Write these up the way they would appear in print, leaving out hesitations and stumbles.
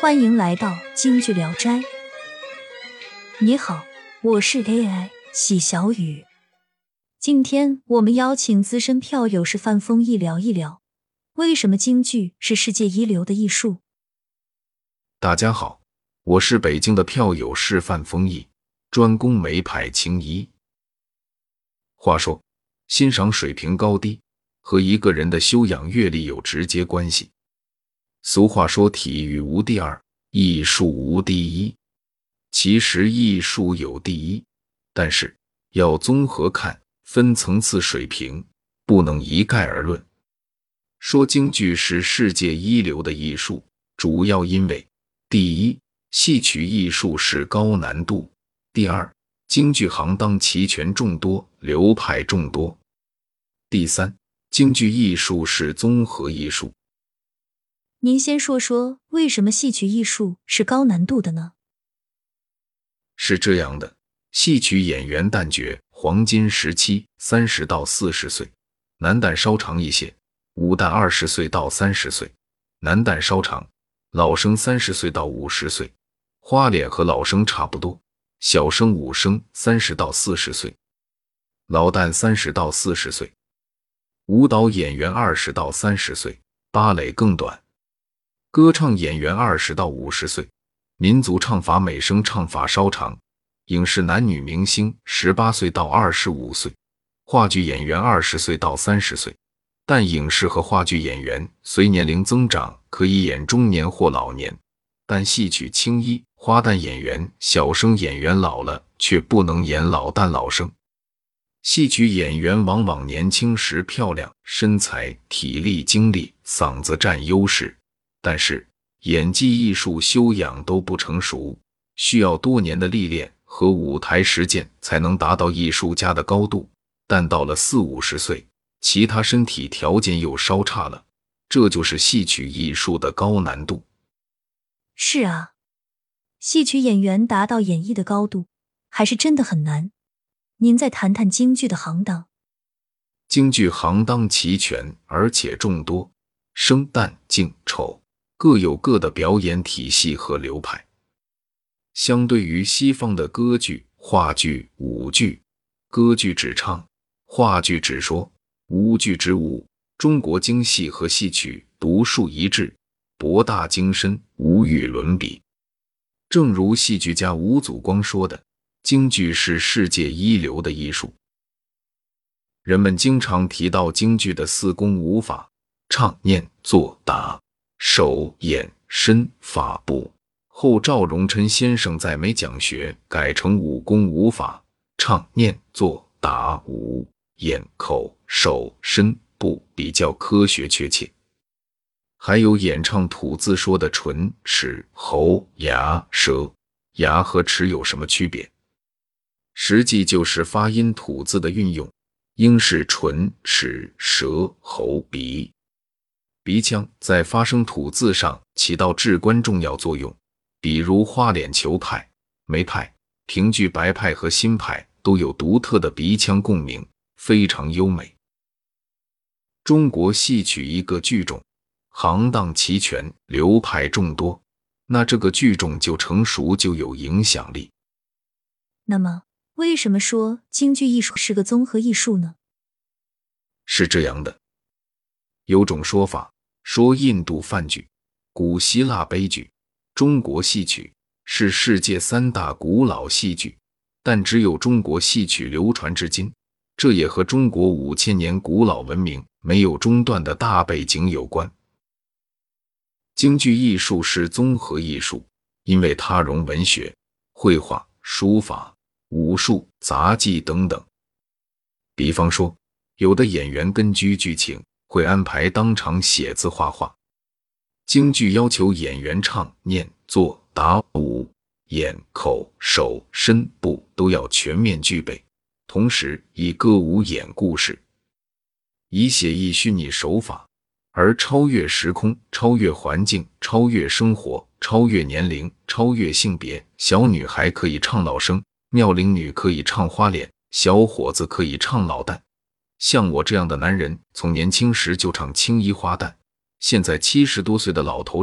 欢迎来到京剧聊斋。你好，我是 AI 喜小雨。今天我们邀请资深票友是范丰毅聊一聊，为什么京剧是世界一流的艺术。 大家好，我是北京的票友是范丰毅，专攻梅派青衣。话说，欣赏水平高低和一个人的修养阅历有直接关系。俗话说体育无第二，艺术无第一。其实艺术有第一，但是要综合看，分层次水平，不能一概而论。说京剧是世界一流的艺术，主要因为第一，戏曲艺术是高难度；第二，京剧行当齐全众多，流派众多；第三，京剧艺术是综合艺术。 您先说说为什么戏曲艺术是高难度的呢？ 是这样的，戏曲演员旦角黄金时期30到40岁，男旦稍长一些，武旦20岁到30岁，男旦稍长，老生30岁到50岁，花脸和老生差不多，小生武生30到40岁，老旦30到40岁，舞蹈演员20到30岁，芭蕾更短，歌唱演员20到50岁，民族唱法美声唱法稍长，影视男女明星18岁到25岁，话剧演员20岁到30岁，但影视和话剧演员随年龄增长可以演中年或老年，但戏曲青衣花旦演员小生演员老了却不能演老旦老生。戏曲演员往往年轻时漂亮，身材、体力、精力、嗓子占优势，但是演技艺术修养都不成熟，需要多年的历练和舞台实践才能达到艺术家的高度，但到了40-50岁，其他身体条件又稍差了，这就是戏曲艺术的高难度。 是啊，戏曲演员达到演绎的高度，还是真的很难。您再谈谈京剧的行当。 京剧行当齐全，而且众多，生旦净丑各有各的表演体系和流派。相对于西方的歌剧、话剧、舞剧，歌剧只唱，话剧只说，舞剧只舞，中国京戏和戏曲独树一帜，博大精深，无与伦比。正如戏剧家吴祖光说的，京剧是世界一流的艺术。人们经常提到京剧的4功5法：唱、念、做、打、手、眼、身、法、步。后赵荣琛先生在美讲学改成5功5法：唱、念、做、打、舞、眼、口、手、身、步，比较科学确切。还有演唱吐字说的唇、齿、喉、牙、舌，牙和齿有什么区别？实际就是发音吐字的运用，应是唇、齿、舌、喉、鼻。鼻腔在发声吐字上起到至关重要作用，比如花脸裘派、梅派、评剧白派和新派都有独特的鼻腔共鸣，非常优美。中国戏曲一个剧种，行当齐全，流派众多，那这个剧种就成熟，就有影响力。 那么为什么说京剧艺术是个综合艺术呢？ 是这样的，有种说法说印度梵剧、古希腊悲剧、中国戏曲是世界3大古老戏剧，但只有中国戏曲流传至今，这也和中国5000年古老文明没有中断的大背景有关。京剧艺术是综合艺术，因为它融文学、绘画、书法、武术、杂技等等。比方说，有的演员根据剧情会安排当场写字画画。京剧要求演员唱、念、做、打、舞、眼、口、手、身、步都要全面具备，同时以歌舞演故事，以写意虚拟手法，而超越时空、超越环境、超越生活、超越年龄、超越性别。小女孩可以唱老生，妙龄女可以唱花脸，小伙子可以唱老旦。像我这样的男人，从年轻时就唱青衣花旦，现在70多岁的老头唱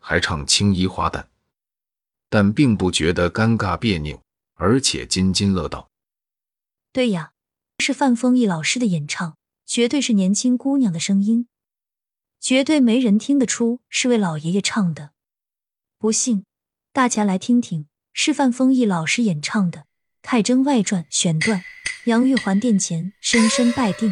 还唱青衣花旦，但并不觉得尴尬别扭，而且津津乐道。 对呀，是范丰毅老师的演唱，绝对是年轻姑娘的声音，绝对没人听得出是位老爷爷唱的。不信，大家来听听，是范丰毅老师演唱的《太真外传》选段，杨玉环殿前深深拜定。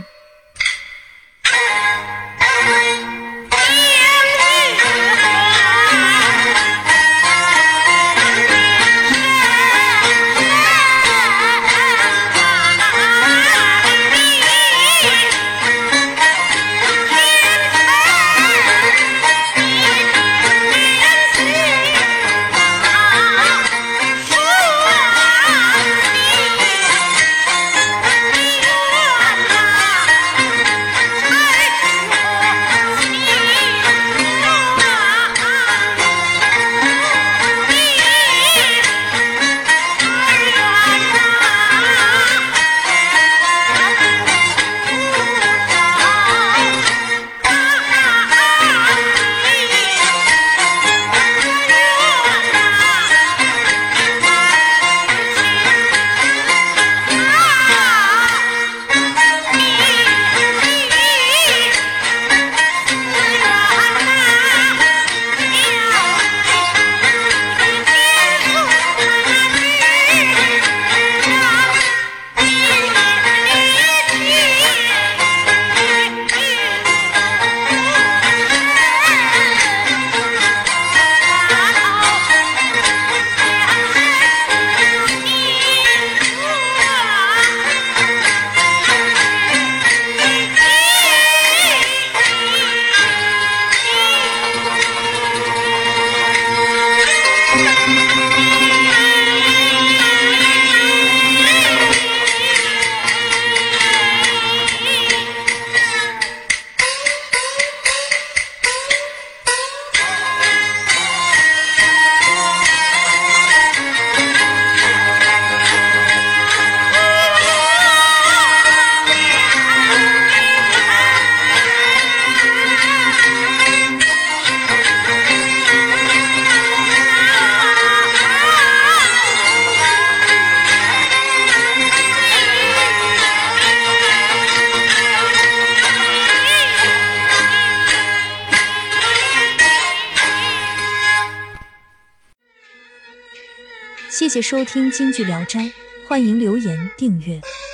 谢谢收听京剧聊斋，欢迎留言订阅。